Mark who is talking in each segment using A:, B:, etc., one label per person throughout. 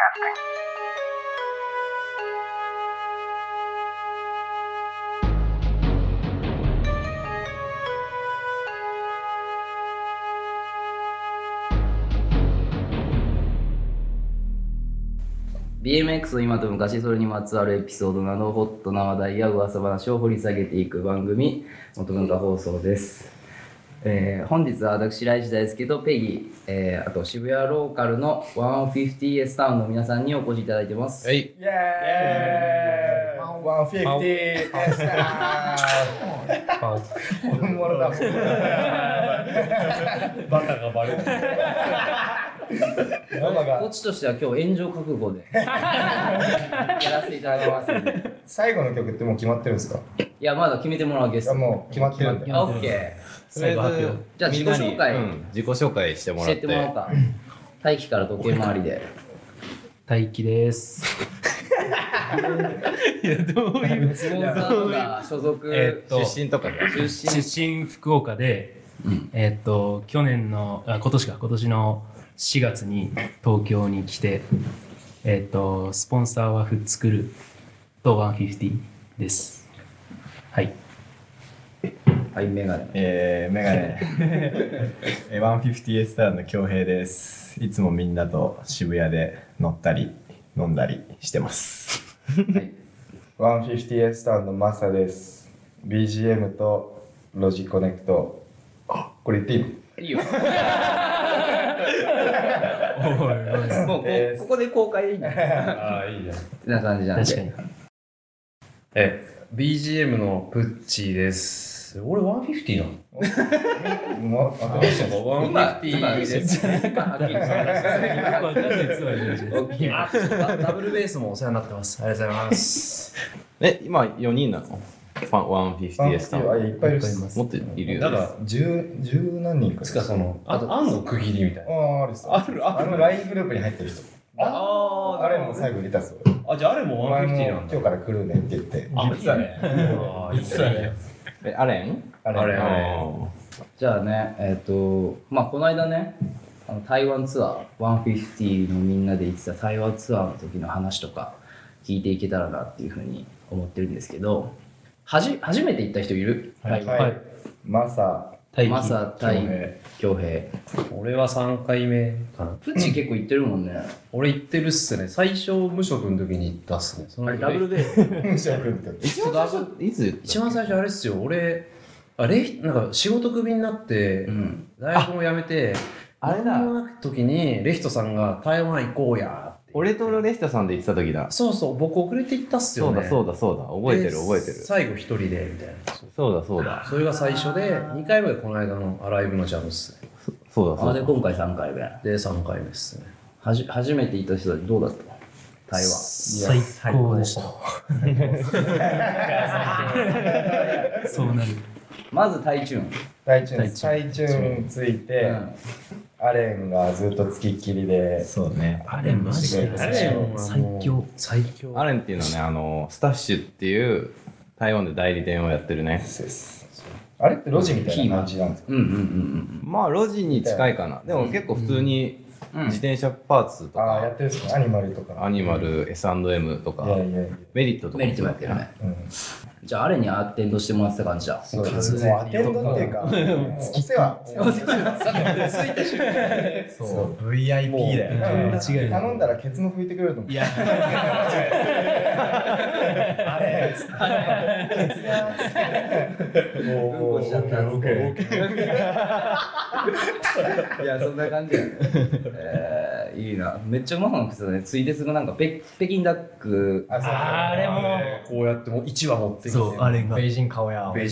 A: BMX の今と昔、それにまつわるエピソードなどホットな話題や噂話を掘り下げていく番組元文化放送です。本日は私ライジ大輔とペギー、あと渋谷ローカルの 150S タウンの皆さんにお越しいただいてます。
B: はい。イエーイ 150S タウン本物だもん。バカがバレる。
A: こっちとしては今日炎上覚悟でやらせていただきますので。
B: 最後の曲ってもう決まってるんですか？
A: いや、まだ決めてもらうゲスト。
B: もう決まってるんだ。
A: オッケー。
C: 最後発表。
A: じゃあ自己紹介、
C: 自己紹介してもらって。
A: してもらおうか。大輝から時計回りで。
D: 大輝です。いや、どういう
A: スポンサーとか所属、
C: 出身とかで。
D: 出身福岡で、今年の4月に東京に来て、スポンサーはフッツクルと150です。はい。
A: はい、メガネ。
E: メガネ。150S タウンの恭平です。いつもみんなと渋谷で乗ったり飲んだりしてます。
B: はい、150S タウンのマサです。BGM とロジコネクト。あ、これ言っていいの？
A: いいよ。もうここで公開でいいんだ。
F: ああ、いいじゃん。
A: ってな感じなんで。
D: 確かに。
F: BGM のプッチーです。俺150なの？
B: もう
F: 150です。
A: ダ
F: ブルベースもお世話になってます。ありがとうございます。
C: 今4人なの？150S タウン。
B: いっぱいいるし。
C: もっといるよ。
F: だから
B: 10何人か。
F: つかそのあんの区切りみたいな。
B: ある。LINE グループに入ってる人。あれも最後入れたっすよ。
F: じゃああれも150なんだ。
B: 今日から来るねって言って。
F: 実はね。実はね。
C: アレン。
A: じゃあね、まあこの間ね、台湾ツアー、150のみんなで行ってた台湾ツアーの時の話とか聞いていけたらなっていうふうに思ってるんですけど、初めて行った人いる？
B: はい。マサ、
A: 大恭平。
F: 俺は3回目かな。
A: プッチ結構行ってるもんね。
F: 俺行ってるっすね。最初無職の時に行ったっすね。
A: あれダブルベース。
B: 無職の時。
C: 一番最初いつ言った？
F: 一番最初あれっすよ。俺なんか仕事クビになって、大学も辞めて、
C: あれだ。
F: 何もなく時にレヒトさんが台湾行こうやって。
C: 俺とレヒトさんで行ってた時だ。
F: そうそう、僕遅れて行ったっすよね。
C: そうだ。覚えてる。
F: 最後一人でみたいな。
C: そうだ。
F: それが最初で、2回目がこの間のアライブのジャムっすね。
C: そうだ。
A: で今回3回目。
F: で3回目っすね。
A: 初めて行った人たちどうだった？台湾。
D: 最高でした。そうなる。
A: まずタイチューン
B: ついて、アレンがずっとつきっきりで。
E: そうね。
D: アレンマジで最強。
C: アレンっていうのはね、スタッシュっていう台湾で代理店をやってるね。
B: あれって路地みたいな感じなんですか？
C: まあ路地に近いかな。でも結構普通に自転車パーツとか、
B: やってるんですか？アニマルとか。
C: アニマル、S&M とか、メリットとか。
A: メリットもやってるね。じゃああれにアテンドしてもらってた感じだ。
B: そうです。もうアテンドっていうか、お世話。ついた瞬間。
E: そう、VIP だよね。
B: 頼んだらケツも拭いてくれると思う。いや。あれ。ケツが。
A: うんこしちゃった。いやそんな感じやね。いいな。めっちゃうまくなってたね。ついですぐなんか北京ダック。
D: あれも
F: こうやっても1話持ってきて。
D: そう、あれが。
E: ベイジン顔や。
F: This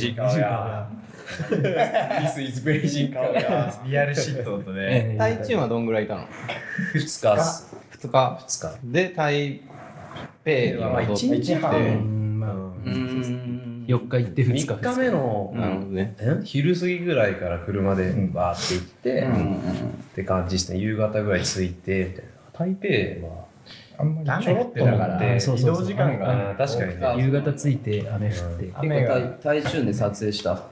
F: is ベイジン顔や。
E: リアルシットとね。
C: タイチューンはどんぐらいいたの
F: 2日っす。
C: 2日で台北に戻って
B: 1日半。
D: 4日行って2日
F: 3日目の昼過ぎぐらいから車でバーって行ってって感じですね。夕方ぐらい着いてみたいな。台北は
B: あんまりちょろっとだから
E: 移動時間が
F: 確かにね。
D: 夕方着いて雨降って。
A: 結構タイチューンで撮影した。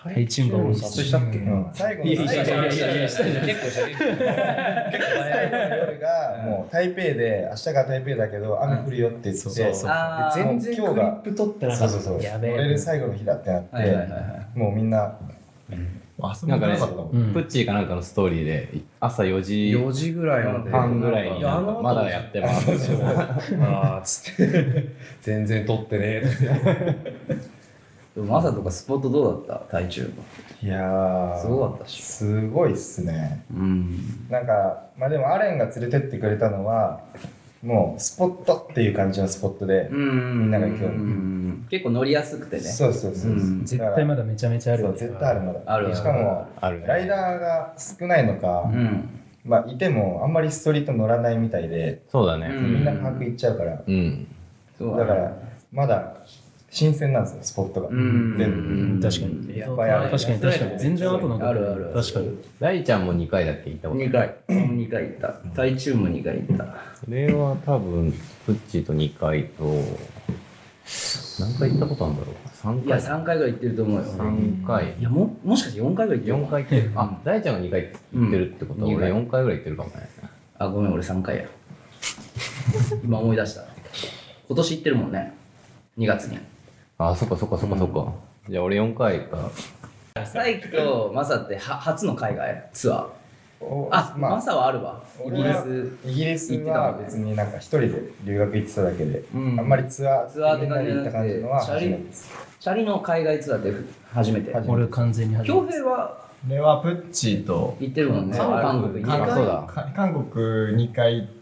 D: タイチューンが多いです。
F: したっけ？
B: 最後の
F: 結構した
B: 最後の夜がもう台北で明日が台北だけど雨降るよって言って、
F: 全然クリップ取ってなかった。
B: そう
D: やべえ
B: 乗れる最後の日だってなって、もうみんな
C: なんかね、プッチーかなんかのストーリーで朝4時
F: ぐらいまで
C: 半ぐらいにまだやってます
F: あーつって全然取ってね
A: でもマサとかスポットどうだった台中
B: いやー
A: すごかったっしょ。
B: すごいっすね。
A: うん。
B: なんかまあでもアレンが連れてってくれたのはもうスポットっていう感じのスポットで、みんなが行くように
A: 結構乗りやすくてね。
B: そうそうそう、
D: 絶対まだめちゃめちゃあるよね。
B: 絶対あるまだ
A: ある
B: しかも
C: あるね
B: ライダーが少ないのか、まあいてもあんまりストリート乗らないみたいで、
C: そうだね。
B: みんな把握行っちゃうから、
A: そう
B: だからまだ新鮮なんですよスポットが、全部
D: 確かに。
B: いっぱいある。
D: 確かに。全然後の
A: あるある。
D: 確かに。
C: 大ちゃんも2回だっけ行ったこと
A: 2回。2回行った。台中も2回行った。
C: それは多分、プッチーと2回と、何回行ったことあるんだろう ?3
A: いや、
C: 回。
A: 3回ぐらい行ってると思うよ。
C: 3回。
A: いや、もしかして4回ぐらい行ってる
C: 4回行ってる。あ、大ちゃんが2回行ってるってことは、俺4回ぐらい行ってるかもね。
A: あ、ごめん、俺3回や。今思い出した。今年行ってるもんね。2月に。
C: あ、そっか。じゃあ俺4回か。
A: 大輝とマサって初の海外ツアー。あ、マサはあるわ。イギリス
B: イギリスは別になんか一人で留学行ってただけで、あんまりツアー
A: って感じじゃなくて、チャリの海外ツアーって初めて。
D: 俺完全に初めて。
A: 恭平は
E: 俺はプッチーと
A: 行ってるもんね。韓国
E: 韓国2回行って、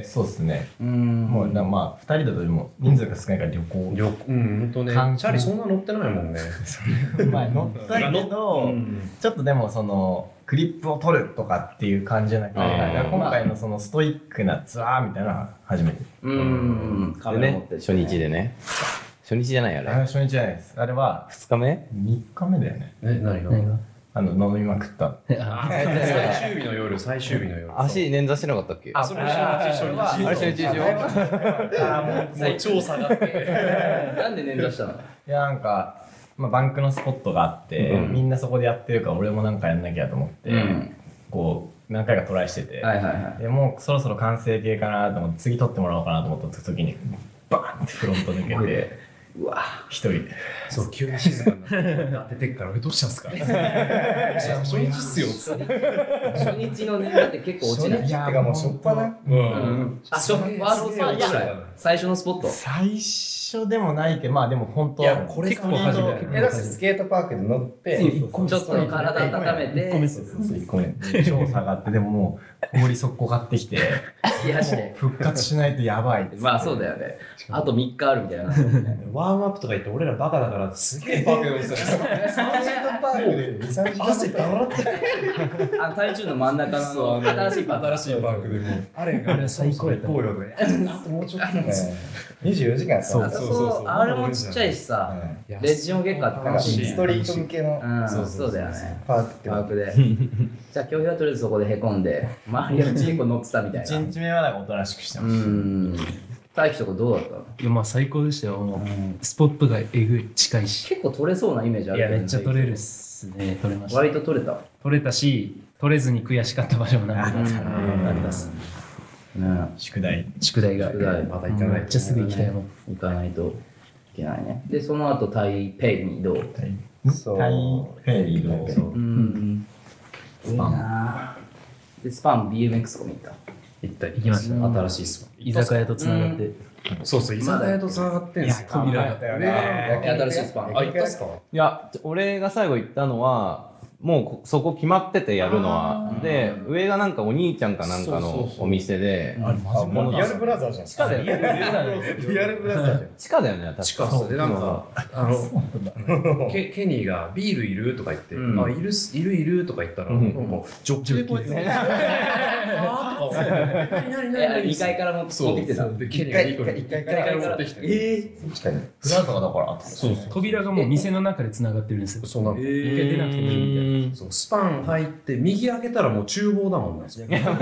E: そうですね。もうまあ2人だとも人数が少ないから旅行。
F: ほんとね。チャリそんな乗ってないもんね。
E: まあ乗ったけど、ちょっとでもそのクリップを取るとかっていう感じじゃなくて、今回のそのストイックなツアーみたいなのが初めて。
A: カメラ持って
C: 初日でね。初日じゃないあれ。
E: 初日じゃないです。あれは
C: 2日目
E: ?3 日目だよね。
F: 何が
E: 飲みまくった。
F: 最終日の夜。
C: 足捻挫してなかったっけ？
F: あ、それ初日
C: あれ初日でしょ？
F: もう超下がって。
A: なんで捻挫したの？
E: いやなんか、まあ、バンクのスポットがあって、みんなそこでやってるから俺もなんかやんなきゃと思って、こう何回かトライしてて、でもうそろそろ完成形かなと思って次撮ってもらおうかなと思った時にバーンってフロント抜けて
A: うわ
E: 一人
F: そう急に静かになっててっからどうしたんですか初日っすよ
A: 初日の年だって結構落ちない。
B: いやてかもうしょっぱな
A: ワールドスポットぐらい最初のスポット。
E: 最初でもないけどまあでも本当
F: これ結構初めて
B: だってスケートパークで乗って
A: ちょっと体温めて
E: 1個目超下がってでももう氷速攻買ってきて
A: 冷やして
E: 復活しないとやばい
A: まあそうだよね。あと3日あるみたいな。
F: ワームアップとか言って俺らバカだからすげえバカでスケート
B: パークで2、3時間
F: 汗だらって
A: 台中の真ん中の新しいパーク
F: でもあれ最高やったもうちょっと
B: 24時間やった
A: あそこあれもちっちゃいしさレッジも結構
B: なんかストリート向けの
A: そうだよね
B: パ
A: ークでじゃあ今日はとりあえずそこでへこんで周りがチーコ乗ってたみたいな。
E: 1日目はなんかおとなしくしてました
A: 大輝とかどうだったの？
D: いやまあ最高でしたよ。もうスポットがえぐい近いし。
A: 結構取れそうなイメージあるけど
D: いやめっちゃ取れるっすね。取れました。
A: 割と取れた。
D: 取れたし取れずに悔しかった場所も何個かあります。
E: 宿題
D: が
F: また行かない
D: めっちゃすぐ行きたいもん。
A: 行かないといけないね。でその後台北に移動。
E: 台北に移動
A: スパン。でスパン BMX とかも行った
D: 行きました。
F: 新しいっす
D: 居酒屋とつながって
F: そう居酒屋とつながってんすよ。
E: 扉だったよね
A: 新しいスパン。
F: あ行ったっすか？
C: いや、俺が最後行ったのは、もうそこ決まっててやるのは。で、上がなんかお兄ちゃんかなんかのお店で、
B: リアルブラザーじゃん。
C: 地下だよね。
B: リアルブラザーじゃん。
C: 地下だよね、確か。
F: 地下っすでなんかケニーがビールいるとか言って、あいるとか言ったら、もうジョッキでこうやってあーとか
A: 2階から持ってきてた。
F: でケニ
B: 1
F: ーが
B: 階から持ってきて。確かに。
E: プラザがだから
D: 扉がもう店の中で繋がってるんですよ。
F: そうなんだ。
D: 一回出なくてもいいみたいな。
F: そうスパン入って右開けたらもう厨房だもんね。厨房で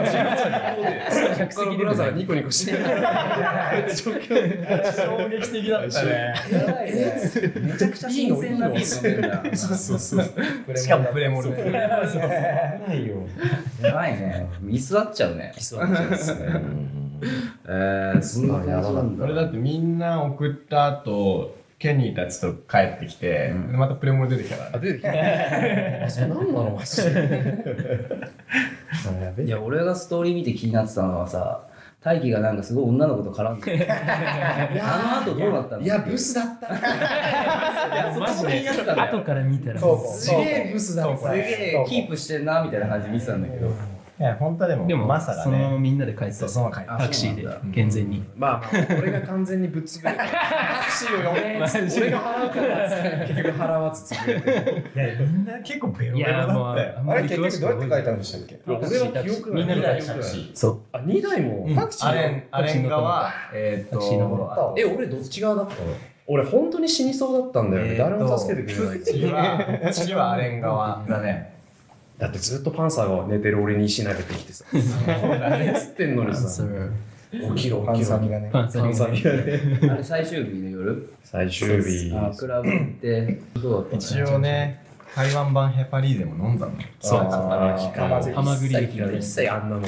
F: そこからブラザーがニコニコして
E: 衝撃的だったね。
A: めちゃくちゃ新鮮なビール飲めるんだ。
F: そう
E: しかもプレモル。
F: ないよ。
A: やばいね。居座っちゃうね。
F: そうですね。
A: そんな感じなんだ。
E: 俺だってみんな送った後ケニーたちと帰ってきて、またプレモル出てきたから。
F: 出てきた。あ、そうなんなのマジで。
A: いや、俺がストーリー見て気になってたのはさ、大輝がなんかすごい女の子と絡んでる。あの後どうなったの？
F: いや、ブスだった。
D: マジで後から見たら
F: すげえブスだった。
A: すげえキープしてんなみたいな感じで見てたんだけど。
E: いや本当はでもマサが
D: そのまま
E: ね。
D: みんなで帰ってた。
E: そのまま帰って
D: タクシーで健全に。
F: まあ、俺が完全にぶっ潰れた。タクシーを呼べっつって俺が払うから結局払わず潰れて。
E: いやみんな結構ベロベロだ
D: もう
E: ったよ。
B: あれ結局どうやって書いたんでしたっけ？
F: 俺は記憶ない。
D: みんなで
E: タクシー。
D: そう。
F: あ、2台も。
E: アレン側
F: 俺どっち側だったの？俺本当に死にそうだったんだよね。誰も助けてくれない。
E: 次はアレン側だね。
F: だってずっとパンサーが寝てる俺に石投げてきてさ。何つってんのにさ。起きろ
B: パン
F: 起きろ。
B: サミがね。
F: パンサミがね。
A: あれ最終日の夜？
F: 最終日。
A: クラブ行ってどうだったの？
E: 一応ね台湾版ヘパリーゼも飲んだの。
B: そう
D: ハマグリ液
F: 一切あんなの。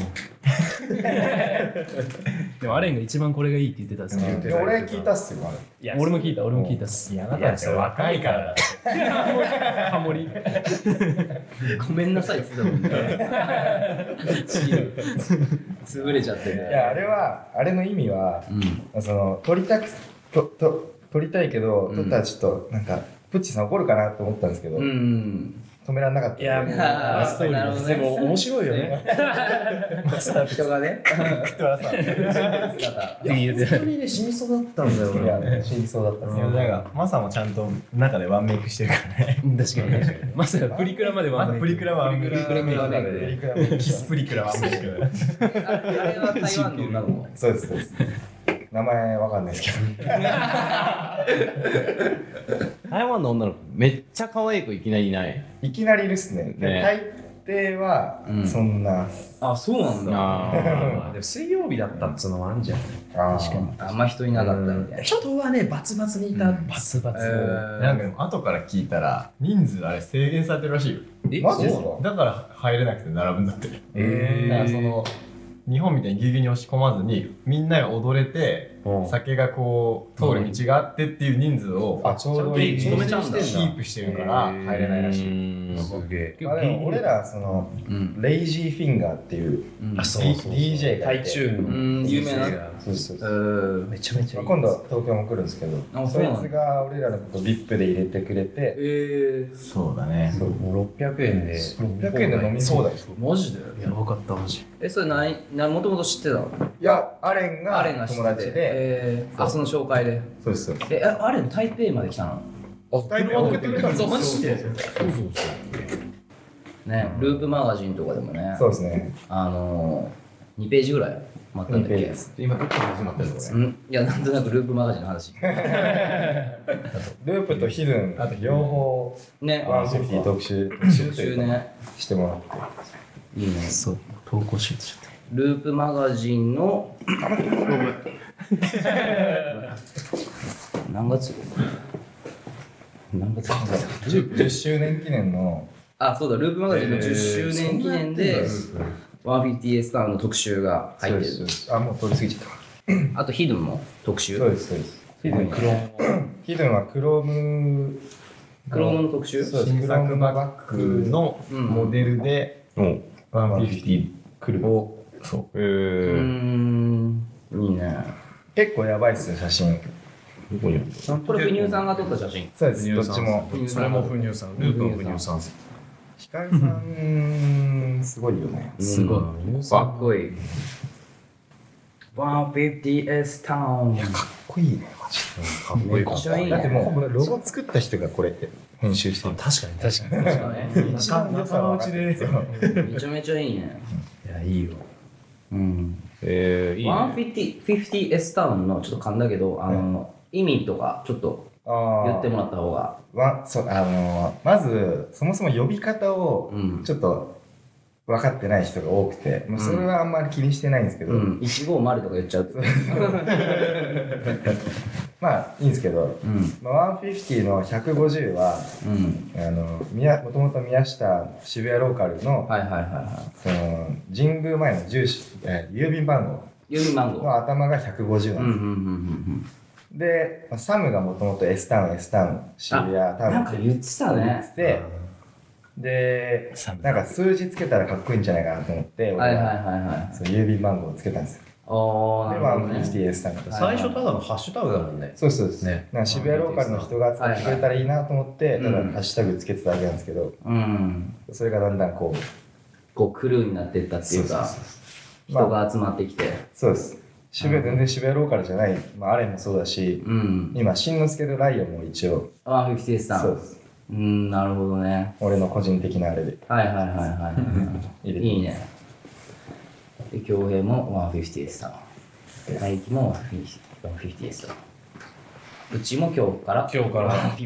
D: でもアレンが一番これがいいって言ってたんですよ。
B: いや俺聞いたっすよ、あれ。
D: 俺も聞いたっす。
E: いやあなたたち若いからだって。
D: ハモリ。
A: ごめんなさいって言ってたもんね。潰れちゃってね。
B: いや、あれは、あれの意味は、その、撮りたいけど、撮ったらちょっと、なんか、プッチさん怒るかなと思ったんですけど、止められなかった。
F: いや、もう、でも面白いよね。
A: 人がね。
E: 人はさ。
F: いや、本当にね、死にそうだったんだよ
B: い
F: ね。
B: や、死にそうだったっす
E: いやだからマサもちゃんと中でワンメイクしてるからね。
D: 確かに。まさかプリクラまでは。
E: プリクラワンメイク。キスプリクラワンメイク。
A: あれは台湾の女の子。
B: そうです、そうです。名前わかんないですけど。
C: 台湾の女の子めっちゃ可愛い子いきなりいない。
B: いきなりいるっすね。大抵は、そんな。
A: あ、そうなんだ。
F: でも水曜日だったっつうのもあるじゃん。
B: 確かに。
A: あんま人いなかったみたいな。
F: 人はね、バツバツにいた。
E: バツバツ。なんかでも後から聞いたら人数あれ制限されてるらしいよ。
B: マジですか？
E: だから入れなくて並ぶんだって。だからその日本みたいにギュギュに押し込まずにみんなが踊れて酒がこう通る道があってっていう人数を
B: ちょうどいい。
E: キープしてるから入れないらしい。
F: すげえ。
B: でも俺らそのレイジーフィンガーっていう DJ がいて、
F: タイチューンの
A: 有名な。
B: そうそうそう。
A: めちゃめちゃいい。
B: 今度東京も来るんですけど、そいつが俺らのことビップで入れてくれて、
E: そうだね。
F: もう600円で
B: 600円で飲み放題です。
A: マジで？
D: やばかったマジ。
A: それもともと知ってたの？
B: いや、アレンが
A: 知って
B: 友達で、
A: その紹介で。
B: そうです。
A: アレン台北まで来たの？
B: 台北送ってくれたんですよ。
A: マジで？ね、ループマガジンとかでもね。
B: そうですね。
A: 2ページぐらい待ったんだっけ？
C: 今どっから始まってるのこれ？
A: いや、なんとなくループマガジンの話。
B: ループとヒドゥン、あと両方
A: ね、
B: 150特集
A: ね
B: してもらって。
A: いいね。
D: そう、投稿しようとしちゃった。
A: ループマガジンの何月
B: 10周年記念の、
A: あ、そうだ、ループマガジンの10周年記念で 150A スターの特集が入ってる。
B: あ、もう通り過ぎちゃった。
A: あとヒドゥンも特集。
B: そうです、そうです。ヒドゥンはクローム
A: の特集。
E: 新作バッグのモデルで150来るをそう
A: いいね。
B: 結構やばいっすよ、写真。
A: これ、不乳さんが撮った写真。
B: そうです、どっちも。
F: それも不乳酸、ループも不乳酸。
B: ヒカルさん、すごいよね。
A: すごい。かっこいい。150S タウン。
B: いや、かっこいいね、マジで。
F: かっこいい。
A: めっちゃいいね。
B: だってもう、ロゴ作った人がこれ編集してる。
F: 確かに。
B: 一番良さのうちで。
A: めちゃめちゃいいね。
F: いや、いいよ。
A: うん。
C: いいね。
A: 150S タウンのちょっと噛んだけど、意味とかちょっと言ってもらった方が。
B: まずそもそも呼び方をちょっと分かってない人が多くて、もうそれはあんまり気にしてないんですけど、
A: 150とか言っちゃうと
B: まあいいんですけど、150の150はもともと宮下渋谷ローカルの神宮前の郵便番号の頭が150なんです。で、サムがもともと S タウン渋谷タウン
A: なんか言ってたね。
B: で、なんか数字つけたらかっこいいんじゃないかなと思って、俺は郵便番号をつけたんですよ。で、150S タウン。
F: 最初ただのハッシュタグだもんね。
B: そうですね。渋谷ローカルの人が使ってくれたらいいなと思って、ただハッシュタグつけてただけなんですけど、それがだんだんこ
A: うクルーになっていったっていうか、人が集まってきて。
B: そうです。全然渋谷ローカルじゃない、アレンもそうだし、今、新之助とライオンも一応。
A: 150S タウン。
B: そうです。
A: なるほどね。
B: 俺の個人的なあれで。
A: いいね。で、恭平も150S タウン。大輝も150S タウン。うちも今日から。
F: 今日から
A: よ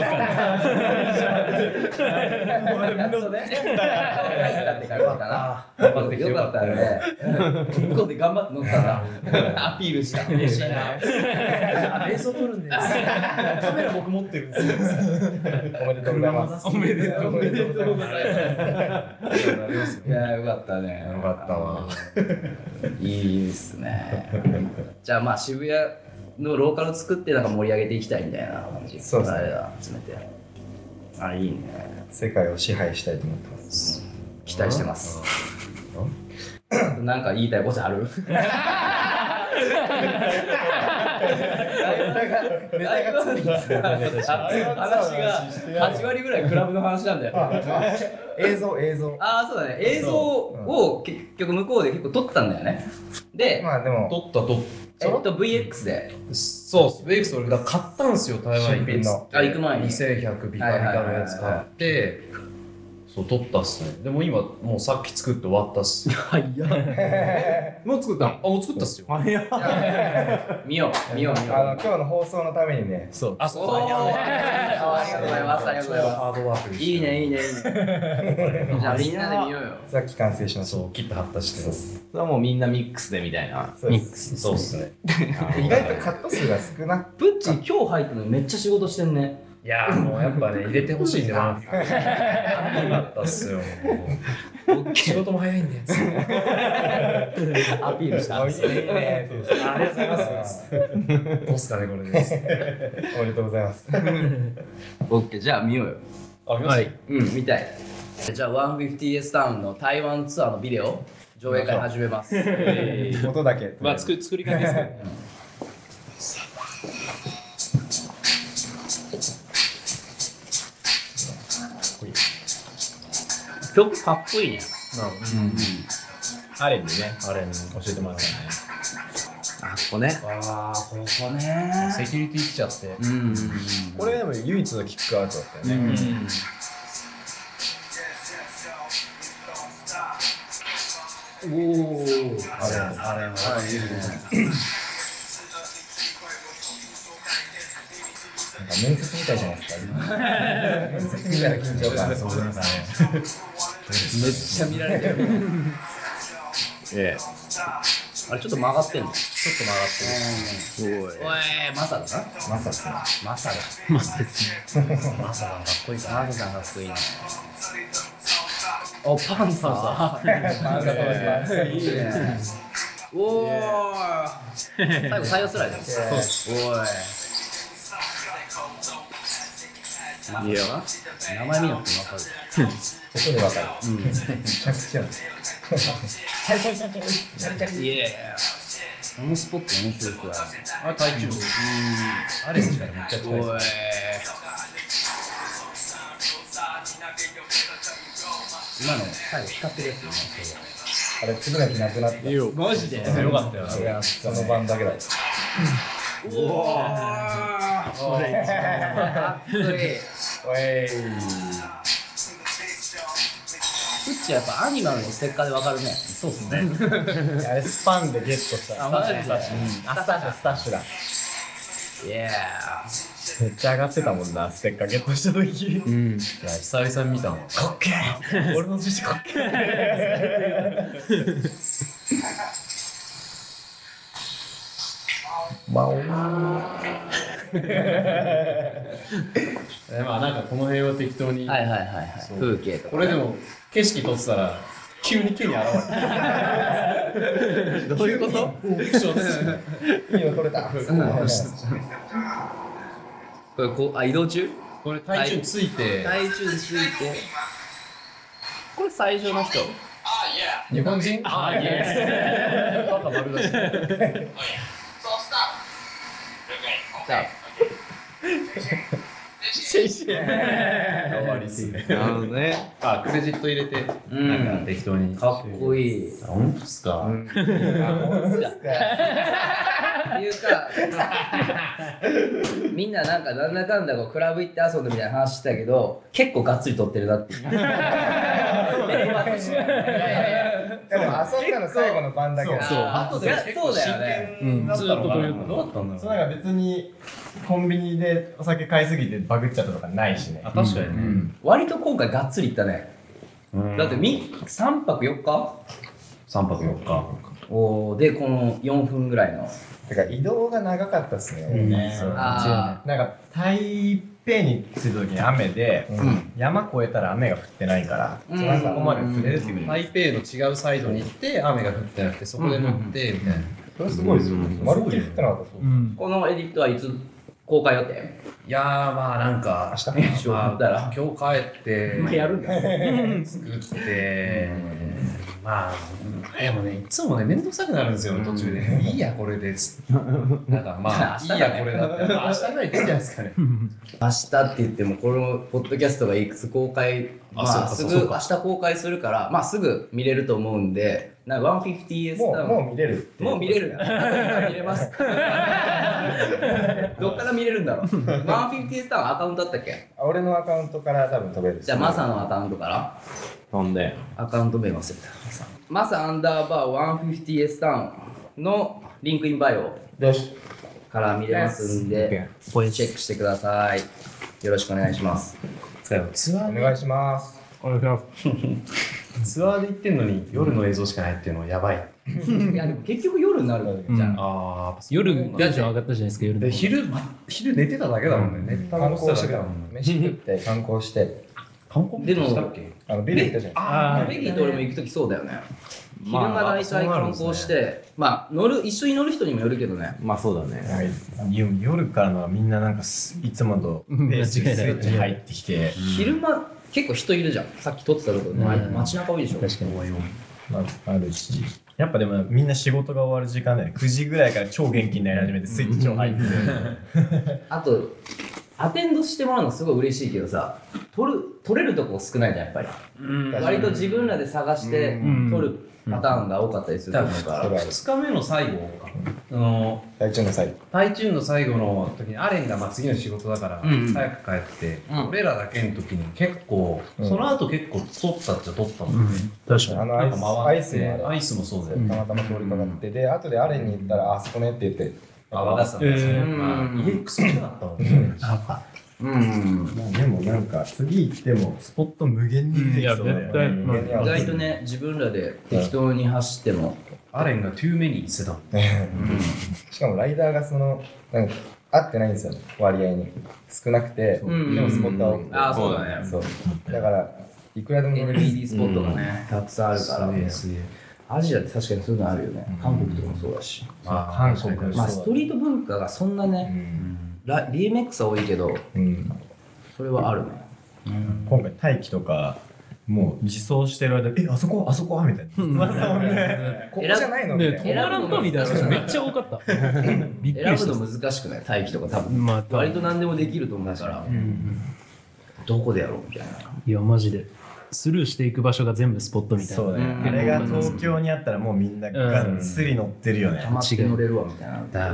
A: かったね。向こうで頑張って乗ったらアピールした。嬉しいな。
F: 映像撮るんです。カメラ僕持ってるんですよ。
B: おめでとうございます。
A: おめでとうございます。いや、よかったね。
B: よかったわ。
A: いいですね。じゃあまあ渋谷のローカル作ってなんか盛り上げていきたいみたいな感じ。
B: そうですね。
A: 集めて。いいね。
B: 世界を支配したいと思ってます。
A: 期待してます。なんか言いたいことある？ネタがついて話が8割ぐらいクラブの話なんだよ。
B: 映像。
A: そうだね。映像を結局向こうで結構撮ったんだよね。で、
B: でも
F: 撮った。
A: VX で。
F: そう、VX 俺買ったんすよ、台湾
B: 新品の。
A: 行く前に。
F: 2100ビカビカのやつ買って、そう撮ったっすね。でも今もうさっき作って終わったっす。
A: 早っ。
C: もう作ったの？
F: もう作ったっすよ。
C: 早っ。
A: 見よう。
B: 今日の放送のためにね。
F: そう。
A: ありがとうございます。
F: ハードワーク
A: いいね。じゃあみんなで見ようよ。
B: さっき完成しました。
F: そう、切って貼ったしてます。
C: それはもうみんなミックスでみたいな。
B: ミックス。
F: そうっすね。
B: 意外とカット数が少なく。
A: プッチ今日入ったのにめっちゃ仕事してんね。
F: いやもうやっぱね入れてほしいんでな。よかったっすよ。仕事も早いんで。
A: アピールした。
B: ありがとうございます。
F: どうすかねこれです。
B: おめでとうございます。
A: オッケー、じゃあ見ようよ。
F: はい。
A: 見たい。じゃあ 150S タウンの台湾ツアーのビデオ上映会始めます。
B: 音だけ。
D: まあ作り方ですね。
A: 曲かっこいいね。
E: アレンでね、教えてもらったね。
A: ここね。ここね。
E: セキュリティ来ちゃって。これでも唯一のキックアウトだったよね。
B: あれ面接みたいじゃないですか。面接みたいな緊張感です。
A: めっちゃ見られてる。あれちょっと曲がってんの？ちょっと曲がってる。おい、マサだな。
B: マサっすね。
A: マサだ。
E: マサですね。マサがかっこいいかな。
A: マサがかっこいいね。お、パンサー。いいね。おー。最後採用スライド。そうです。おい。いいよ。名前見なくても分かる。
B: 音で分かる。めちゃくちゃ。
A: いやこのスポット面白いくらい。
E: あれ、体調。あれ、確かにめっちゃ怖い。
A: おい。今の最後光ってるやつよね。
B: あれ、次の日なくなった。
A: マジで
E: よかったよ。
B: その晩だけだった。
A: おー。それ一番熱い。
B: おい。
A: ちはやっぱアニマルのステッカーでわかるね。
E: そうっすね。あれスパンでゲットした
A: マジで
E: スタッシュだ。
A: イエ
E: めっちゃ上がってたもんな、ステッカーゲットした時。
F: いや久々に見たの。
E: かっけー俺の寿司かっけーまお
F: まあなんかこの辺は適当に。
A: はいはいはいはい。風景とか。
F: これでも景色撮ってたら急に木に現れて。
A: どういうこと？
B: いいの取れた。
A: これ移動中？
F: これ体重ついて。
A: 体重ついて。これ最初の人。
B: 日本人？
F: ああ、イエス。バカ丸出し。終わりっすね。
C: なるほどね。
F: あ、クレジット入れて、なんか適当に。
A: かっこいい。
F: 本当っすか。
A: っていうかみんななんかなんだかんだこうクラブ行って遊んでみたいな話してたけど結構がっつり撮ってるなっていう。
B: でも遊んだの最後の晩だけど。
A: あとでそうだよね。
F: ずっとどうだったんだろう。
E: そうなんか別にコンビニでお酒買いすぎてバグっちゃったとかないしね。
F: あ、確かにね。
A: 割と今回がっつりいったね。だって3泊4日
F: 3泊4日。
A: でこの4分ぐらいの。
B: てか移動が長かったっすね。
A: あ
E: なんか台北に着いた時に雨で、山越えたら雨が降ってないから、そこまで連れてってくれる。
F: 台北の違うサイドに行って雨が降ってなくてそこで乗ってみたいな。
B: これすごいですよ。まるっきり降ってなかった。
A: このエディットはいつ公開予定？
F: いやーまあなんか
A: 明日
F: まあ今日帰って
A: やるんだ。
F: 作ってまあでもねいつもね面倒くさくなるんですよ途中でいいやこれですなんかまあいいやこれだって明日ぐらいでいいんじゃないですかね。
A: 明日って言ってもこのポッドキャストがいくつ公開すぐ明日公開するからすぐ見れると思うんで150S
B: もう見れる。
A: もう見れる。見れます。どっから見れるんだろう。150S タウンアカウントだったっけ？
B: 俺のアカウントから多分飛べる。
A: じゃあマサのアカウントから
C: 飛んで
A: アカウント名忘れた。マサ_150S タウンのリンクインバイオから見れますんでチェックしてください。よろしくお願いします。
F: ツアー
B: お願いします。
F: ツアーで行ってんのに夜の映像しかないっていうのはやばい。
A: いやでも結局夜になるじゃん。
D: 夜テンション上がったじゃないですか。夜
F: で昼寝てただけだもんね。
B: 観光してたもん。飯食って観光して。
F: 観光
A: でも
F: したっけ？
B: ビル行ったじゃん。
A: ベギーと俺も行くときそうだよね。昼間大体観光して一緒に乗る人にもよるけどね。
C: まあそうだね。
E: 夜からのはみんななんかいつもとペースでスイッチ入ってきて、
A: 昼間結構人いるじゃん。さっき撮ってたところ街中多いでしょ。
E: 確かにあるし、やっぱでもみんな仕事が終わる時間で9時ぐらいから超元気になり始めてスイッチ超入って
A: あとアテンドしてもらうのすごい嬉しいけどさ、撮れるとこ少ないじゃんやっぱり。割と自分らで探して撮るパターンが多かったりすると思うから。
F: 2日目の最後
B: タイチューンの最後。
F: タイチューンの最後の時にアレンが次の仕事だから早く帰って俺らだけの時に結構その後結構撮ったっちゃ撮ったもんね。
E: 確かに
B: アイスも
F: アイスもそうだよ。
B: たまたま通りかかってで後でアレンに行ったらあそこねって言って
F: 分かったんですよ。家クソじゃなかったもんね。
E: でもなんか次行ってもスポット無限にできそうだよね。
A: 意外とね自分らで適当に走っても
F: アレンがトゥーメニーしてたもん。
B: しかもライダーがなんか合ってないんですよ割合に少なくてでもスポットは多くて。
A: ああそうだね。
B: そうだからいくらでも
A: NBD スポットがねたくさんあるからね。アジアって確かにそういうのあるよね。韓国とかもそうだし。
E: 韓国
A: ストリート文化がそんなねBMX は多いけどそれはあるね。
E: 今回待機とかもう自走してる間あそこみたいな
B: ここじゃないのみたいな。
D: 止まらんとみたいな人めっちゃ多かった。びっくり
A: 選
D: した。
A: ぶの難しくない待機とか多分割と何でもできると思うからどこでやろうみたいな。
D: いやマジでスルーしていく場所が全部スポットみたいな。
E: そうね。あれが東京にあったらもうみんながっつり乗ってるよね。
A: 溜まって乗れるわみたいな。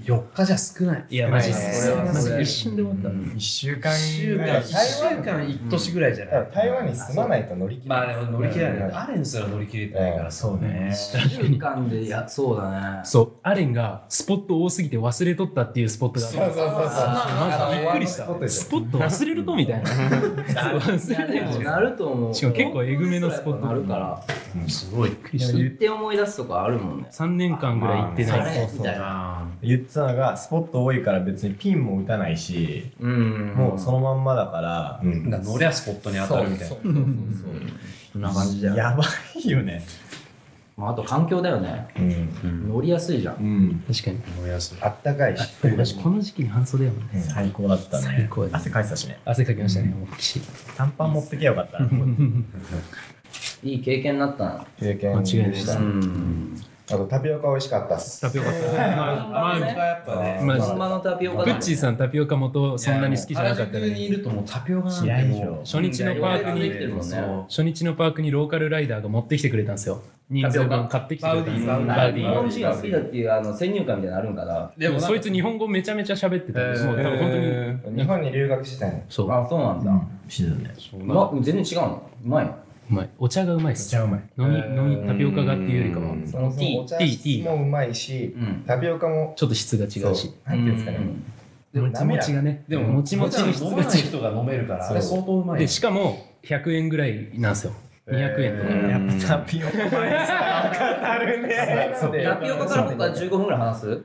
F: 4日じゃ少ない。
D: いやマジ
B: これは
D: マジ一瞬で終わった。
E: 1週間
F: 1
E: ぐらい。
F: 週間1都市ぐらいじゃない。
B: 台湾に住まないと乗り切れない。
F: まあでも乗り切れない。アレンすら乗り切れてないから。
E: そうね。
A: 1週間で、いや、そうだね。
D: そうアレンがスポット多すぎて忘れとったっていうスポットがあった。
B: そう
D: マジびっくりした。スポット忘れるとみたいな。忘れて
A: なると思う。
D: しかも結構えぐめのスポット
A: あるから。
F: すごい。
D: びっくりした。
A: 行って思い出すとかあるもんね。
D: 3年間ぐらい行ってない。
A: そうみたいな。
E: 言ってたのがスポット多いから別にピンも打たないし、もうそのまんまだから
F: 乗りゃスポットに当たるみたいな。
A: そんな感じだよ。
E: やばいよね。
A: まあ、あと環境だよね。乗りやすいじゃん。
D: 確かに。
F: 乗りやすい。
B: あったかいし。
D: 私この時期に半袖やもんね。
E: 最高だったね。
D: 最高やね
E: 汗かいてたしね。
D: 汗かきましたね、大きし。
E: 短パン持ってけばよかったな。
A: いい経験になったな。
B: 経験でした。あとタピオカ美味しかったっす。
D: タピオカまあ
F: やっぱね。
A: 本場のタピオカだね。
D: プッチーさんタピオカ元そんなに好きじゃなかった
F: 原宿に
D: ね。
F: いるともうタピオカなんてもう
D: 初日のパークに初日のパークにローカルライダーが持ってきてくれたんですよ。人数分買ってきてくれたんですよ。
F: バウディ
A: 日本人が好きだっていう先入観みたいなのあるんかな。
D: でもそいつ日本語めちゃめちゃ喋ってたんです。もう多分本当に
B: 日本に留学してたんや。
D: そう。
A: あ、そうなんだ。
E: してたね。
A: 全然違うの。うまいの。
D: うまい。お茶がうまいっす。
E: めっちゃうまい。
D: 飲みタピオカがっていうよりかは
B: そのお茶質もうまいし、タピオカも
D: ちょっと質が違うし。
B: なんていうんですかね。
D: もちもちがね。
F: でも
D: もちもちの質が
F: 飲まない人が飲めるからあれ相当うまい。
D: でしかも100円ぐらいなんですよ。200円とか。
E: やっぱタピオカ前さあるね。
A: タピオカからここから15分ぐらい話す。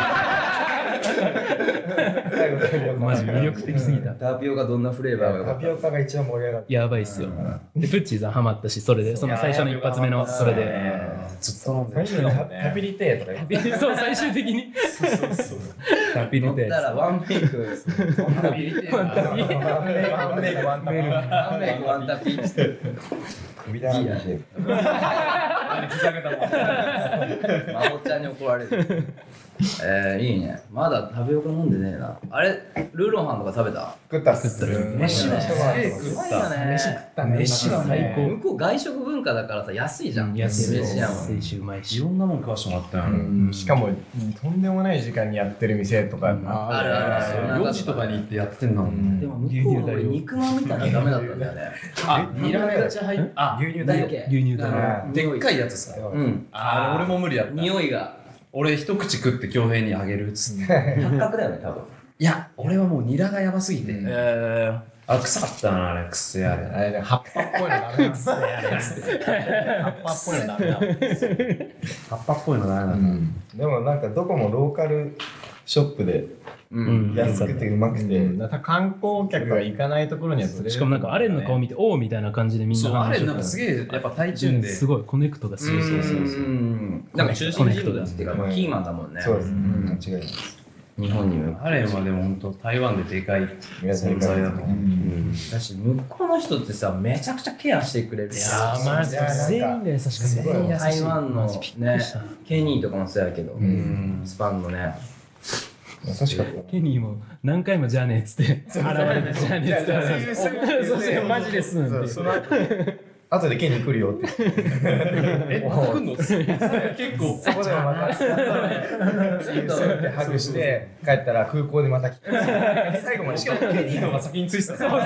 D: マジ魅力的すぎた。
A: タピオカどんなフレーバーが
B: タピオカが一番盛り上がる。
D: やばいっすよ。でプッチーさんハマったし、それでその最初の一発目のそれで。
F: ずっと飲んでる。
B: タピリテーとか言って。
D: そう最終的に。タピリテ
A: 乗ったらワンメイク。
F: タピリテ
B: ワンメイクワンタピ。
A: ワンメイクワンタピッて。
B: ビタミンして。
A: まほちゃんに怒られる。いいね。まだタピオカ飲んでねえな。あれ、ルーローハンとか食べた？
B: 食ったっす。
F: 飯は
A: すごいよね。
B: 飯食ったね。
F: 飯は
D: 最高。
A: 向こう外食文化だからさ、安いじゃん。
D: 安い
A: 飯やもん。
D: 安いしうまい
F: い
D: し。
F: ろんなもん食わしてもらったよ。
E: しかもとんでもない時間にやってる店とか
A: あるある。
F: 4時とかに行ってやってんの。
A: でも向こう俺肉まんみたいなのダメだったんだよね。
F: あ、ニラめっちゃ入っあ、
B: 牛乳
A: だけ。
D: 牛乳だね。
F: でっかいやつさ。
A: うん。
F: あ、俺も無理だった。
A: 匂いが。
F: 俺一口食って恭平にあげるっつって。
A: 八角だよね、多分。
F: いや、俺はもうニラがやばすぎて。あ、臭かったな、あれ、くせえあれ。
E: あれね、葉っぱっぽいのダメなんですね。葉っぱっぽいのダメだ。
F: 葉っぱっぽいのダメなんだ。
B: でもなんかどこもローカルショップで安くてうまくて。
E: だから観光客が行かないところには連れる。
D: しかもなんかアレンの顔見て、おおみたいな感じでみんな
F: そう、あれ
D: 話し
F: なんかすげえ、やっぱ体中で。
D: すごい、コネクトがすごい。
A: なんか中心人物っていうか、キーマンだもんね。
B: そうです。間違いないです。
A: 日本にも。
F: アレンはでも本当台湾ででかい存在だと思う。
A: だし、向こうの人ってさ、めちゃくちゃケアしてくれる。いや
D: マジで全員で優しかった。
A: 台湾のね、ケニーとかもそうやけど、スパンのね。
B: 優しかった。
D: ケニーも何回もじゃあねっつって現れてじゃあねっつってそうそうマジですって
B: 後でケニー来るよって。
F: 来んの結構。
B: そこでもまたスッてハグして帰ったら空港でまた来て。最後までしかもケニーの方が先に着いてた。そうそう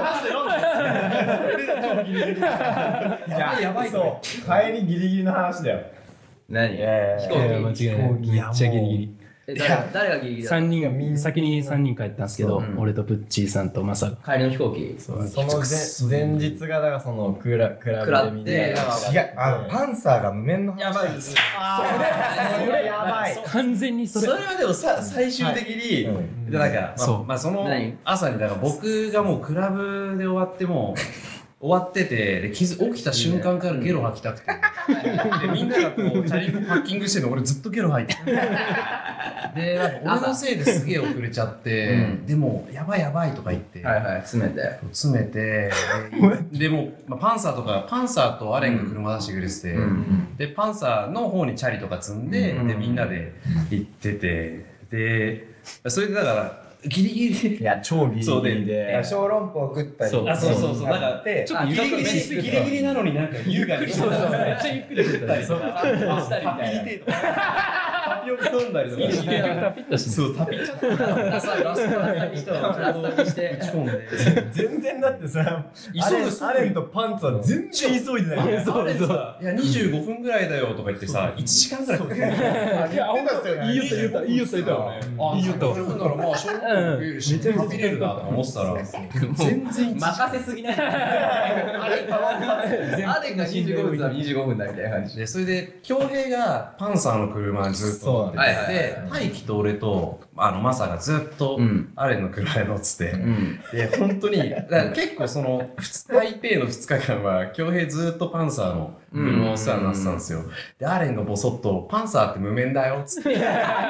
E: やばいそう。帰りギリギリの話だよ。
A: 何？
D: 間違いないめっちゃギリギリ。
A: 誰がギリギリだった？
D: 3人先に3人帰ったんですけど、俺とプッチーさんとマサが
A: 帰りの飛行機。
E: その前日がだからそのクラブで見て、
B: いやパンサーが無面の話。
A: やばいです。
E: それやばい。
D: 完全にそれ
F: それはでも最終的になんかまあその朝にだから僕がもうクラブで終わってもう終わっててで起きた瞬間からゲロ吐きたくてでみんながこうチャリンコパッキングしてるの俺ずっとゲロ吐いてでなんか俺のせいですげえ遅れちゃってでもやばいやばいとか言って
A: 詰めて
F: でもパンサーとアレンが車出してくれててでパンサーの方にチャリとか積んででみんなで行っててでそれでだからギリギリ
E: いや超ギリギリで
B: 小籠包食ったり
F: そうなんかちょっとギリギリなのになんか優雅に
D: めっちゃゆっくりしてたり
F: タピ飲んだりとかして、
D: タピッとして、
F: そうタピッちゃったラストラストにして打ち込んで、
E: 全然だってさ、アレンとパンツは全然急いでない。
F: いや25分ぐらいだよとか言ってさ、1時間ぐらい。
E: いや
D: いいよと言ったいいよと言ったよね。いいよと。
F: だからまあ小籠包食えるし、食べれるなと思ってたら全然
A: 任せすぎない。あれが25分だ25分だみたいな感じ
F: で、それで恭平がパンサーの車にずっと乗ってて、大輝と俺とマサがずっとアレンの車に乗ってて、で本当に結構その台北の2日間は恭平ずっとパンサーの車をお世話になってたんですよ。でアレンがボソッとパンサーって無免だよっつって、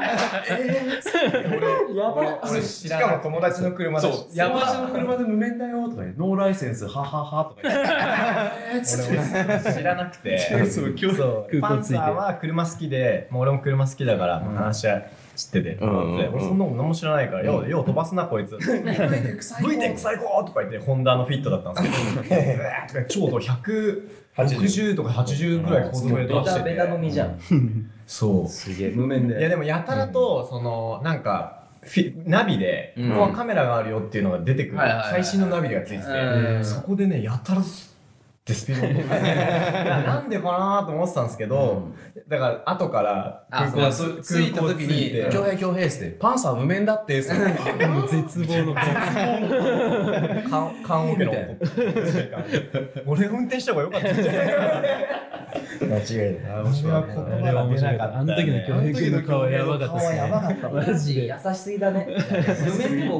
B: 俺しかも友達の車で、
F: 友達の車で無免だよとか言って、ノーライセンスはははとか言って、
E: 知らなくて、パンサーは車好きで、もう俺も車好きだから話は知ってて、俺そんなの何も知らないから、よう飛ばすなこいつ、VTEC 最高とか言って、ホンダのフィットだったんですけど、ちょうど160とか80ぐらい高速で飛ばしてて、
A: ベタ飲みじゃん。
E: そう
A: すげえ無免で。
E: いやでもやたらとそのなんかナビでここはカメラがあるよっていうのが出てくる、最新のナビがついてて、そこでねやたらでスピード落としてなんでかなと思ってたんですけど、だから後から
F: 空港着いた時に恭平っつって、パンサー無免だって絶
D: 望の
E: 缶オケの俺運転した方が良かったんじゃないかな。間違いない。面白い。
D: あれは面白かった。あの時の恭平君の顔やばかったですね。
A: マジ優しすぎだね。無免でも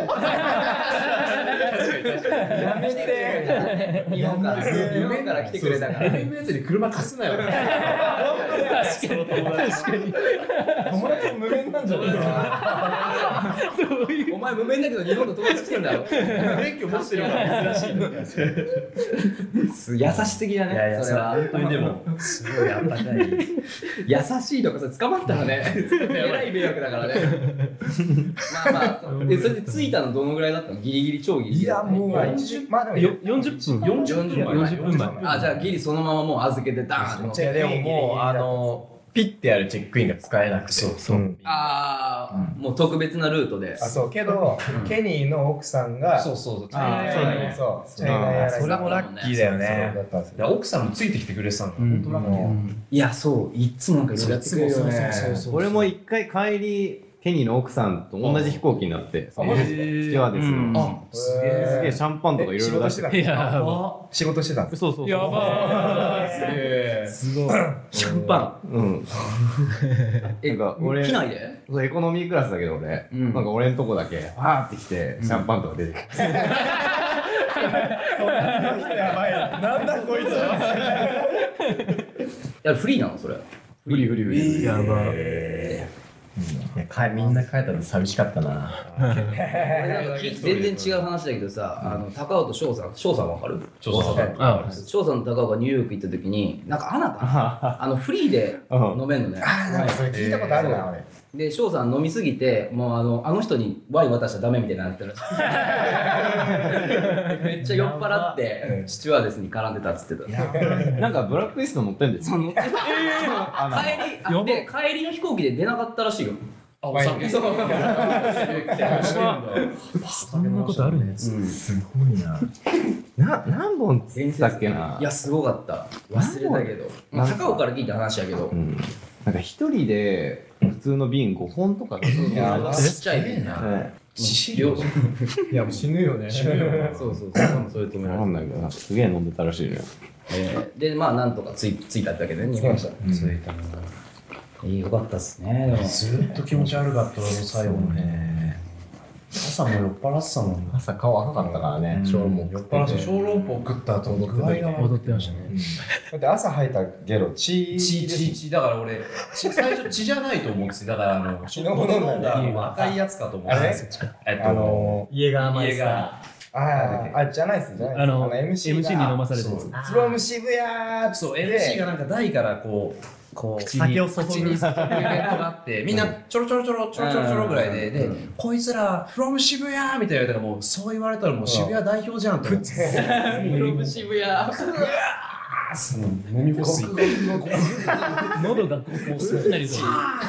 A: やめて。日本から来てくれたから。
F: 無免のやつに車貸すなよ。
D: 確かに。
E: 友達も無免なんじゃないか。
A: お前無免だけど日本の友達来てんだろ。
F: 免許持ってるから珍しい。
A: 優しすぎだね。それは
F: 本当にでもすごいあったかい。
A: 優しいとかそれ捕まったらね、えらい迷惑だからね。まあそれで着いたのどのぐらいだったの？ギリギリ超ギリ。
E: いやもう40
D: 分前。
A: あ、じゃあギリそのままもう預けてダーンと。
E: でももうピッてやるチェックインが使えなくて。
F: そう。
A: ああ、もう特別なルートで。
B: そうけどケニーの奥さんが
F: そう。
B: それもラッキーだよね。
F: 奥さんもついてきてくれてたの。本当ラッキー。
A: いやそう、いつもなんかいろいろやってくれるよね。
C: 俺も一回帰りケニーの奥さんと同じ飛行機になって、スチュワーデスの。すげえシャンパンとかいろいろ出してた。
B: 仕事してたんです。
C: そう。
D: やばー。すごい。
A: シャンパン。
C: なんか俺
A: 機内で？
C: エコノミークラスだけど俺、なんか俺んとこだけわーって来てシャンパンとか出てきて。
E: やばい。なんだこいつ。
A: いやフリーなのそれ？
C: フリー。
D: やば。
E: みんな帰ったの寂しかったな。
A: 全然違う話だけどさ、高尾と翔さんわかる？
F: 翔さん
A: と高尾がニューヨーク行った時に、なんかあなたフリーで飲めんのね。
B: なんかそれ聞いたことあるな俺。
A: で翔さん飲みすぎて、もうあの人にワイン渡しちゃダメみたいになってるらしい。めっちゃ酔っ払ってスチュワーデスに絡んでたっつってた。
C: なんかブラックリスト乗ってんですよ。
A: 乗ってた。帰りの飛行機で出なかったらしいよ。
F: お酒。そん
D: なことあるね。
E: すごいな。
C: 何本つったっけな。
A: いやすごかった。忘れたけど。高尾から聞いた話やけど。
C: なんか一人で普通の瓶5本とか。
A: ちっちゃい瓶な。
E: 致死量。いやもう死ぬよね。
A: そう。それ止められ
C: わかんないけどすげえ飲んでたらしいね。
A: でまあなんとかついただけで日本から。
F: ついたな。
A: よかったっすね。
F: ずっと気持ち悪かった最後のね。朝も酔っ払ってたもん。
E: 朝顔赤かったからね。小籠包
F: 酔っ払って小籠包食った後の具合が
D: 踊ってましたね。
B: だって朝吐いたゲロ血
F: だから俺最初血じゃないと思ってだから
B: 血のものなんだ
F: 赤いやつかと思って
E: 家が甘いさ。
B: じゃないっす。
D: MC に飲まされたやつ。
B: フロム渋谷
F: そう MC がなんか台からこう
E: 酒を注ぐイベント
F: があってみんなちょろぐらいでこいつらフロム渋谷みたいな言われたらもうそう言われたらもう渋谷代表じゃんと思って
A: フロム渋谷
F: 飲み干す
D: 喉がこう薄くなりそう。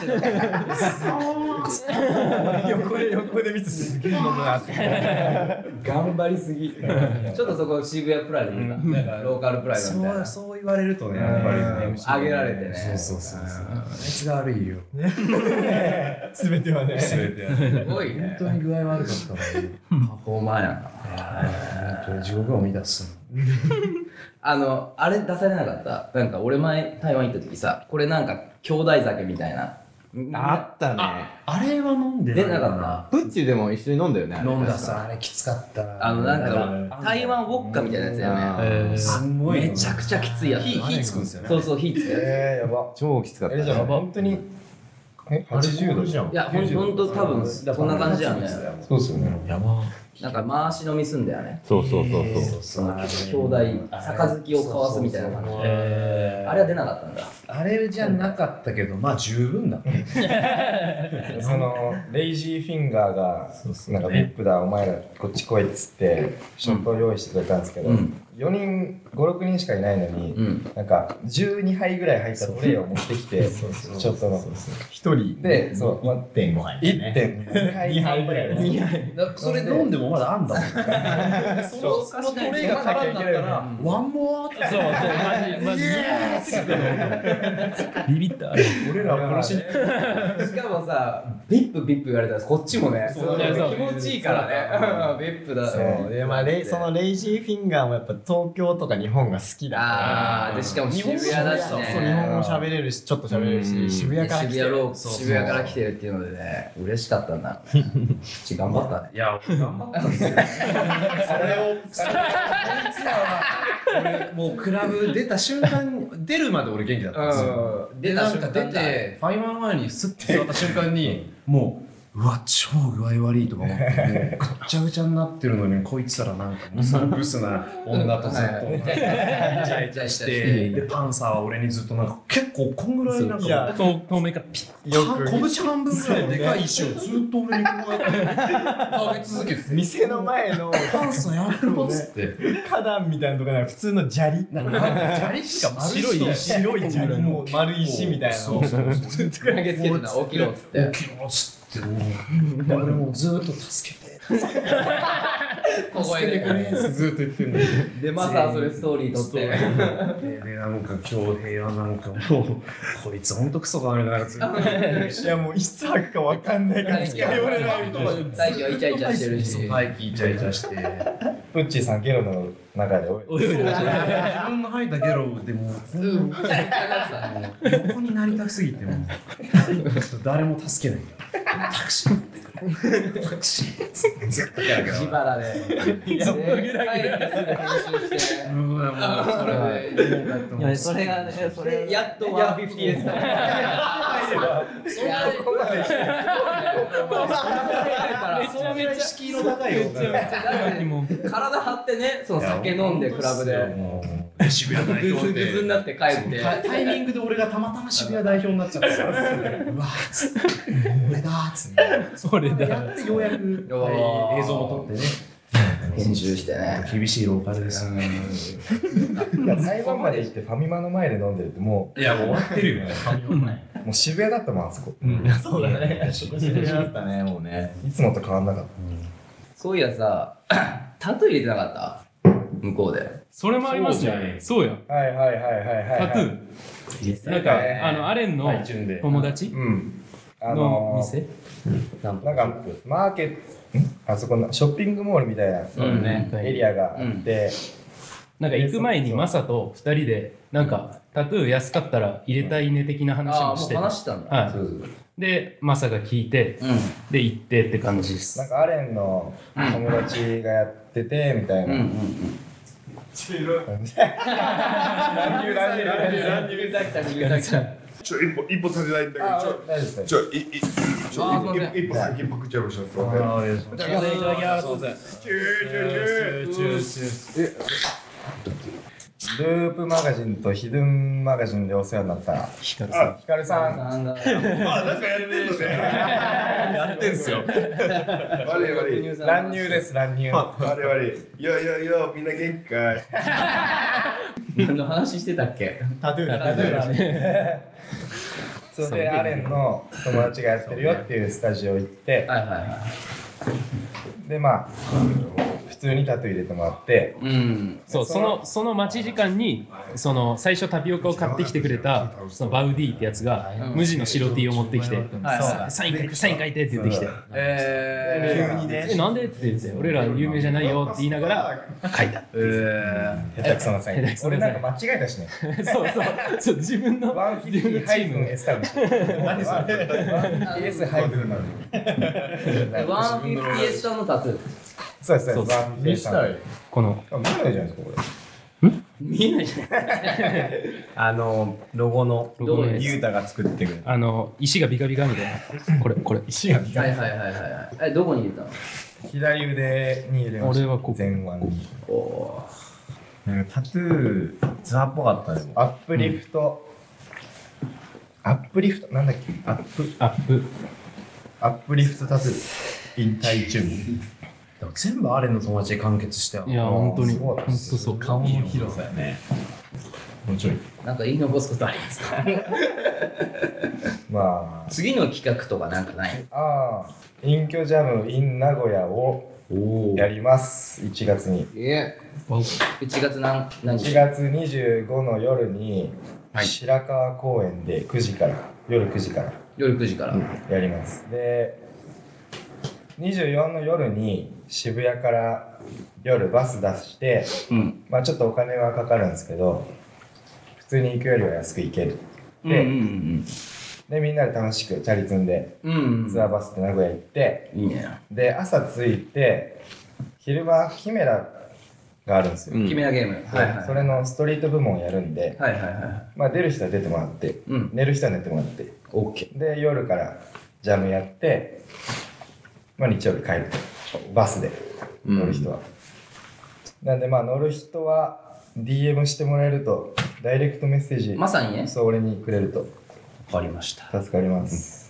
B: 横で見てすげえ飲むなって
A: 頑張りすぎ。ちょっとそこ渋谷プライドみたいな、ローカルプライドみたいな。
F: そう言われるとね、やっぱり
A: 上げられてね。
F: そう。あいつが悪いよ。
B: 全てはね。
A: すごいね。
F: 本当に具合悪かったのに。
A: パフォーマーやな。
F: 本当に地獄を見出す。
A: あれ出されなかった？なんか俺前台湾行った時さ、これなんか兄弟酒みたいな。
C: あったね。
F: あれは飲んで
A: 出なか
C: プッチでも一緒に飲んだよね。
F: 飲んださ、あれきつかったな。
A: なんか台湾ウォッカみたいなやつだよね。
F: すごい。
A: めちゃくちゃきついやつ。
F: 火つくんですよね。
A: そう、火つくやつ。
B: やば。
C: 超きつかった。
B: じゃあ本当に80度じゃん。
A: いや、ほんと多分そんな感じやね。
B: そうっすよね。
E: やば。
A: なんか回し飲みすんだよね。
C: そう。
A: その兄弟、杯を交わすみたいな感じで。あれは出なかったんだ。
F: あれじゃなかったけど、まあ十分だ。
B: そのレイジーフィンガーがなんかビップだお前らこっち来いっつってショットを用意してくれたんですけど、4人56人しかいないのに、なんか12杯ぐらい入ったトレイを持ってきてショットの1人で
E: 1.5杯
B: 1.2杯ぐらい
F: それ飲んでもまだあんだもん。そのトレイが空になったらワンモアって
D: マジビビったあれ。
F: 俺らを殺しに。
A: しかもさ、ビップ言われたらこっちもね、
D: そう
A: 気持ちいいからね。ビップだ。
E: そうでまあそのレイジーフィンガーもやっぱ東京とか日本が好きだから。
A: でしかも渋谷だしね。
E: そう日本語喋れるしちょっと喋れるし渋谷から来てる。
A: 渋谷から来てるっていうのでね、嬉しかったんだ。頑張ったね。
F: いや、頑張ったんですよ。それを、俺もうクラブ出た瞬間、出るまで俺元気だったんですよ。で、なんか出て、ファイマン前にスッて座った瞬間に、もう、うわ、超具合悪いとか思って、もうぐっちゃぐちゃになってるのに、こいつらなんか、ブスな女とずっと、イチャイチャして、で、パンサーは俺にずっとなんか、結構こんぐらいなんか、
D: 透明からピッ
F: 拳半分ぐらいでかい石をずっと俺にこうやって投げ続けて、
E: 店の前の
F: パンサーやめろっつって。
E: 花壇みたいなところ普通の砂利
F: 砂利しか
E: 白い砂利の丸い石みたいなのを
A: 投げつけてた、起きろっつって。
F: 起きろっつって。俺もずっと助けて。
A: 小声でくれ
F: ずっと言ってんだけど。
A: で、まさそれストーリー撮って。
F: で、なんか恭平はなんかもう、こいつほんとクソが悪いな、なんかずっと。
E: いやもういつ吐くかわかんないから付き合い俺ないみたいな。
A: 大輝はイチャイチャしてるし。
F: 大輝イチャイチャして。
B: プッチーさんゲロの中で泳いで
F: 自分の吐いたゲロでも横になりたすぎても誰も助けない。タクシー乗ってくれ。タクシーずっとやるけど。
A: 自腹で。いや、僕だけで編集して。もうそれで。いや、それがね、それやっと150ですから。いや、ここまでして。
F: めちゃめちゃ敷居の高いよ。
A: 体張ってね、その酒飲んでクラブで。
F: 渋谷代表
A: で。グズになって帰って。
F: タイミングで俺がたまたま渋谷代表になっちゃってさ。うわっつって。俺だーっつって。
D: それだ。
F: やってようやく映像も撮ってね。
A: 編集してね。
F: 厳しいローカルですよね。
B: 台湾まで行ってファミマの前で飲んでるってもう、
F: いやもう終わってるよね。
B: もう渋谷だったもんあそこ。
E: そうだね。渋谷だったねもうね。
B: いつもと変わんなかった。
A: そういやさ、タトゥー入れてなかった向こうで。
D: それもありますよね。そうや。
B: はいはいはいはいはい。
D: タトゥー。なんかアレンの友達の店。
B: なんかマーケットあそこのショッピングモールみたいなエリアがあって、
D: なんか行く前にマサと2人でなんかタトゥー安かったら入れたいね的な話もして
A: 話したんだ。
D: はい。でマサが聞いて、で行ってって感じです。
B: なんかアレンの友達がやっててみたいな。乱入
G: 一歩立てないんだけど、一歩先パクっちゃいました。
B: ループマガジンとヒドゥンマガジンでお世話になったヒカルさん。
G: なんかやってんのね。
F: やってんすよ。
B: 乱入です、乱入。
G: 我々、いや、みんな元気かい。
A: 何の話してたっけ？
B: タトゥーだね。それでアレンの友達がやってるよっていうスタジオ行って、でまあ普通にタトゥー入れてもらって、
D: そうその待ち時間にその最初タピオカを買ってきてくれたそのバウディってやつが無地の白 T を持ってきて、サイン書いてって言ってきて、急にね、なんでって言って俺ら有名じゃないよって言いながら書いた。
B: 下手くそなサイン。俺なんか間違えたしね。
D: そう自分の
B: 150ハイフン S タウン。何それ？S ハイフンなのに。
A: 150S タウンのタトゥー。
B: そうですそうです。
E: 見したい。
D: この
B: 見えないじゃないですかこれ。
A: 見えないじゃない。
E: ロゴの
A: どこ
E: ユータが作ってくれる。
D: 石がビカビカみたいな。これ石がビカビカ。
A: はい。どこに入れたの？
B: 左腕に入れました。
D: 俺はここ。
B: 前腕に。
E: タトゥーツアーっぽかったね。
B: アップリフト。アップリフトなんだっけ？アップリフトタトゥー。引退準備。
F: 全部アレンの友達で完結したよ。
D: いや本当に本当そう。
E: 顔の広さやね。もうちょい。
A: なんか言い残すことありますか？
B: まあ
A: 次の企画とかなんかない？
B: 隠居ジャム in 名古屋をやります1月に。
A: 1月何日
B: ？1月25の夜に白川公園で夜9時からやります。で24の夜に渋谷から夜バス出して、まあちょっとお金はかかるんですけど普通に行くよりは安く行ける。で、みんなで楽しくチャリ積んでツアーバスで名古屋行って、で朝着いて昼間キメラがあるんですよ。
A: キメラゲーム。
B: それのストリート部門をやるんで、まあ出る人は出てもらって、寝る人は寝てもらって、で夜からジャムやって。まあ日曜日帰るバスで乗る人は、なんでまあ乗る人は DM してもらえるとダイレクトメッセージ
A: まさにね
B: そう俺にくれると
F: 分かりました。
B: 助かります。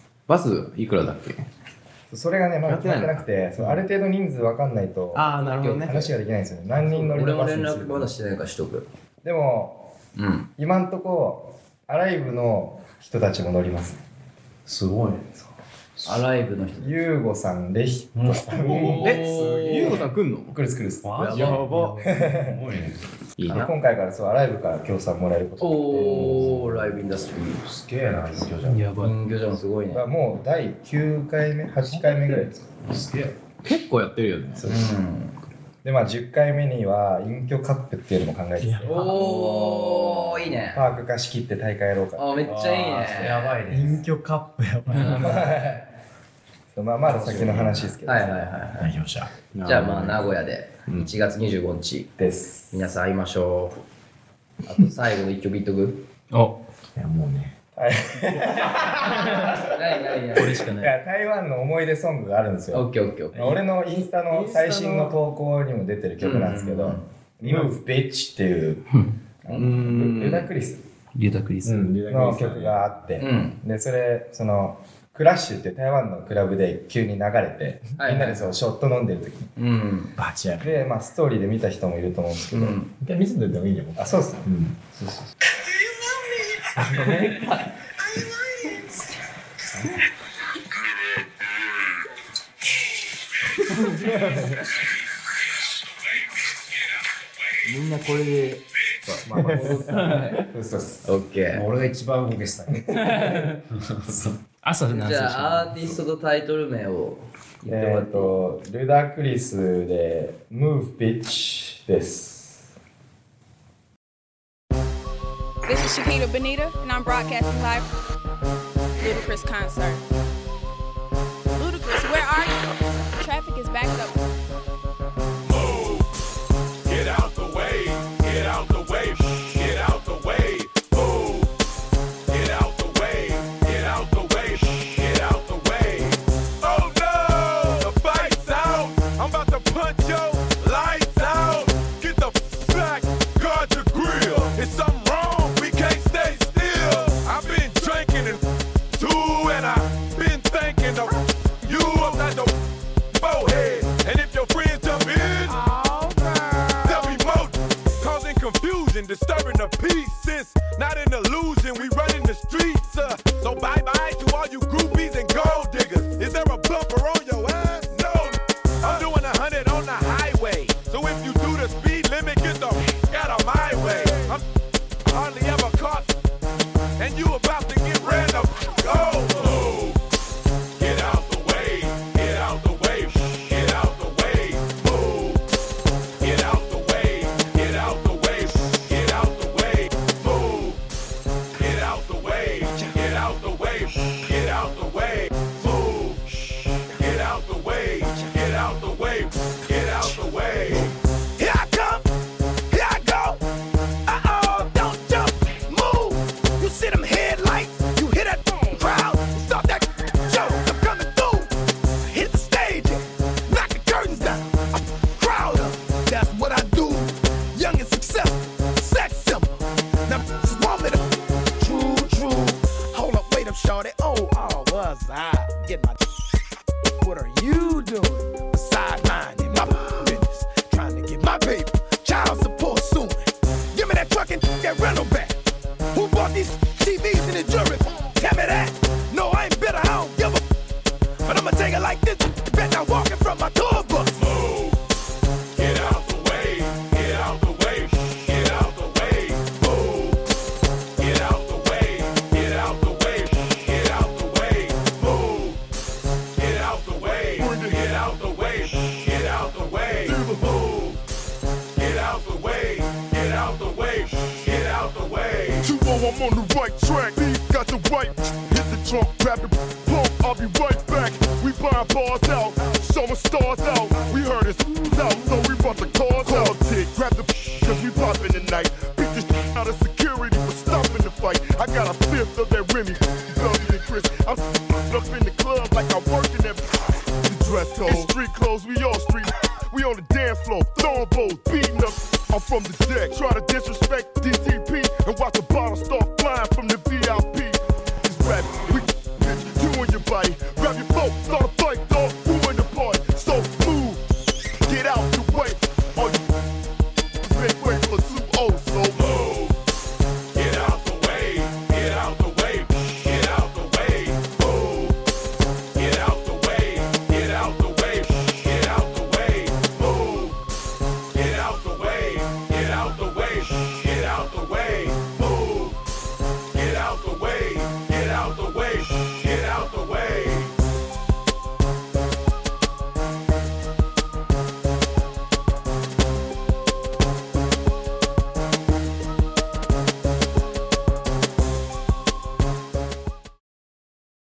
C: バスいくらだっけ？
B: それがねまだ決まってなくて、ある程度人数分かんないと
C: なるほどね
B: 話ができないんですよね。何人乗りのバスにする。
A: 俺も連絡まだしてないからしとく。
B: でも、今んとこアライブの人たちも乗ります。
F: すごいね。
A: アライブの人。
B: ユーゴさん、レヒトさん。
C: ユーゴさん来んの？
B: 来るっす。
C: やば。すごいね。いいな。
B: 今回からアライブから協賛もらえること
A: ライブインダストリー。
F: すげえな、隠居ジャム。
D: やばい。
A: 隠居ジャムすごいね。
B: もう第9回目、8回目ぐらいですか。
F: すげえ。
C: 結構やってるよね。
B: で、まあ10回目には隠居カップっていうのも考えてて。
A: いいね。
B: パーク貸し切って大会やろうか。
A: めっちゃいいね。
F: やばいね。
E: 隠居カップやばい。
B: まあまだ先の話ですけど。
E: 代表者。
A: じゃあまあ名古屋で1月25日
B: です。
A: 皆さん会いましょう。あと最後の1曲言っとく？
E: いやもうね。
A: こ
D: れしかない。
B: いや台湾の思い出ソングがあるんですよ。俺のインスタの最新の投稿にも出てる曲なんですけど、Move Bitch っていうルダクリスの曲があって、でそれクラッシュって台湾のクラブで急に流れて、みんなでショット飲んでる時に、
E: バチやる。
B: でまあストーリーで見た人もいると思うんですけど、
E: 一回見せててもいいよ。
B: あ、そうっすね。
A: みんなこれで
B: まあそうっす。
A: オッケー。
F: 俺が一番動けしたね。
D: 朝の
A: じゃあアーティストとタイトル名を言ってもらっていい？
B: ルダクリスで Move Bitch です。
H: This is Shakira Benita, and I'm broadcasting live from Ludacris concert. Ludacris, where are you? Traffic is backed up.
I: Move. Get out the way. Get out the way. Get out the way. Move. Get out the way. Get out the way. Get out the way. Oh no! The fight's out. I'm about to punch your lights out. Get the back. Guard your grill. It's something wrong. Stay still. I've been drinking and too, and I've been thinking of you upside the forehead. And gold diggers. Is there a bumper on your ass? No. I'm doing 100 on the highway. So if you do the speed limit, get the out of my way. I'm hardly ever caught, and you about to get ran up. Go. Move. Get out the way. Get out the way. Get out the way. Move. Get out the way. Get out the way. Get out the way. Move. Get out the way. Get out the way. Get out the way. Move. Get out the way. Get out the way. Get out the way. Here I come. Here I go. Uh-oh, don't jump. Move. You see them headlights. You hear that crowd. Stop that show. I'm coming through. Hit the stage. Knock the curtains down. I'm crowd up. That's what I do. Young and successful. Sex symbol. Now just want me to. True. Hold up, wait up, shorty. Oh, was I? Get my. What are you doing? Besides minding my business. Trying to get my baby. Child support soon. Give me that truck and that rental back. Who bought these TVs in the jury? Tell me that. No, I ain't bitter. I don't give a. But I'ma take it like this. Bet not walking from my tour bus. Move. Get out the way. Get out the way. Get out the way. Move. Get out the way. Get out the way. Get out the way. Move. Get out the way. Get out the way. Get out the way. Move. Get out the way. Get out the way. Get out the way.
G: 2-0, I'm on the right track. These got the right. Hit the trunk, grab the pump. I'll be right back. We buying bars out, showing stars out. We heard it's out, so we brought the cars out. Tick, grab the cause we poppin' tonight. Beat this out of security for stopping the fight. I got a fifth of that Remy, Belly and Chris. I'm up in the club like I work in that dress code. In street clothes, we all street. We on the dance floor, throwing bows, beating up. I'm from the deck, try to disrespect DTP and watch the bottle start flying from the VIP. This rap, we bitch, you and your body, grab your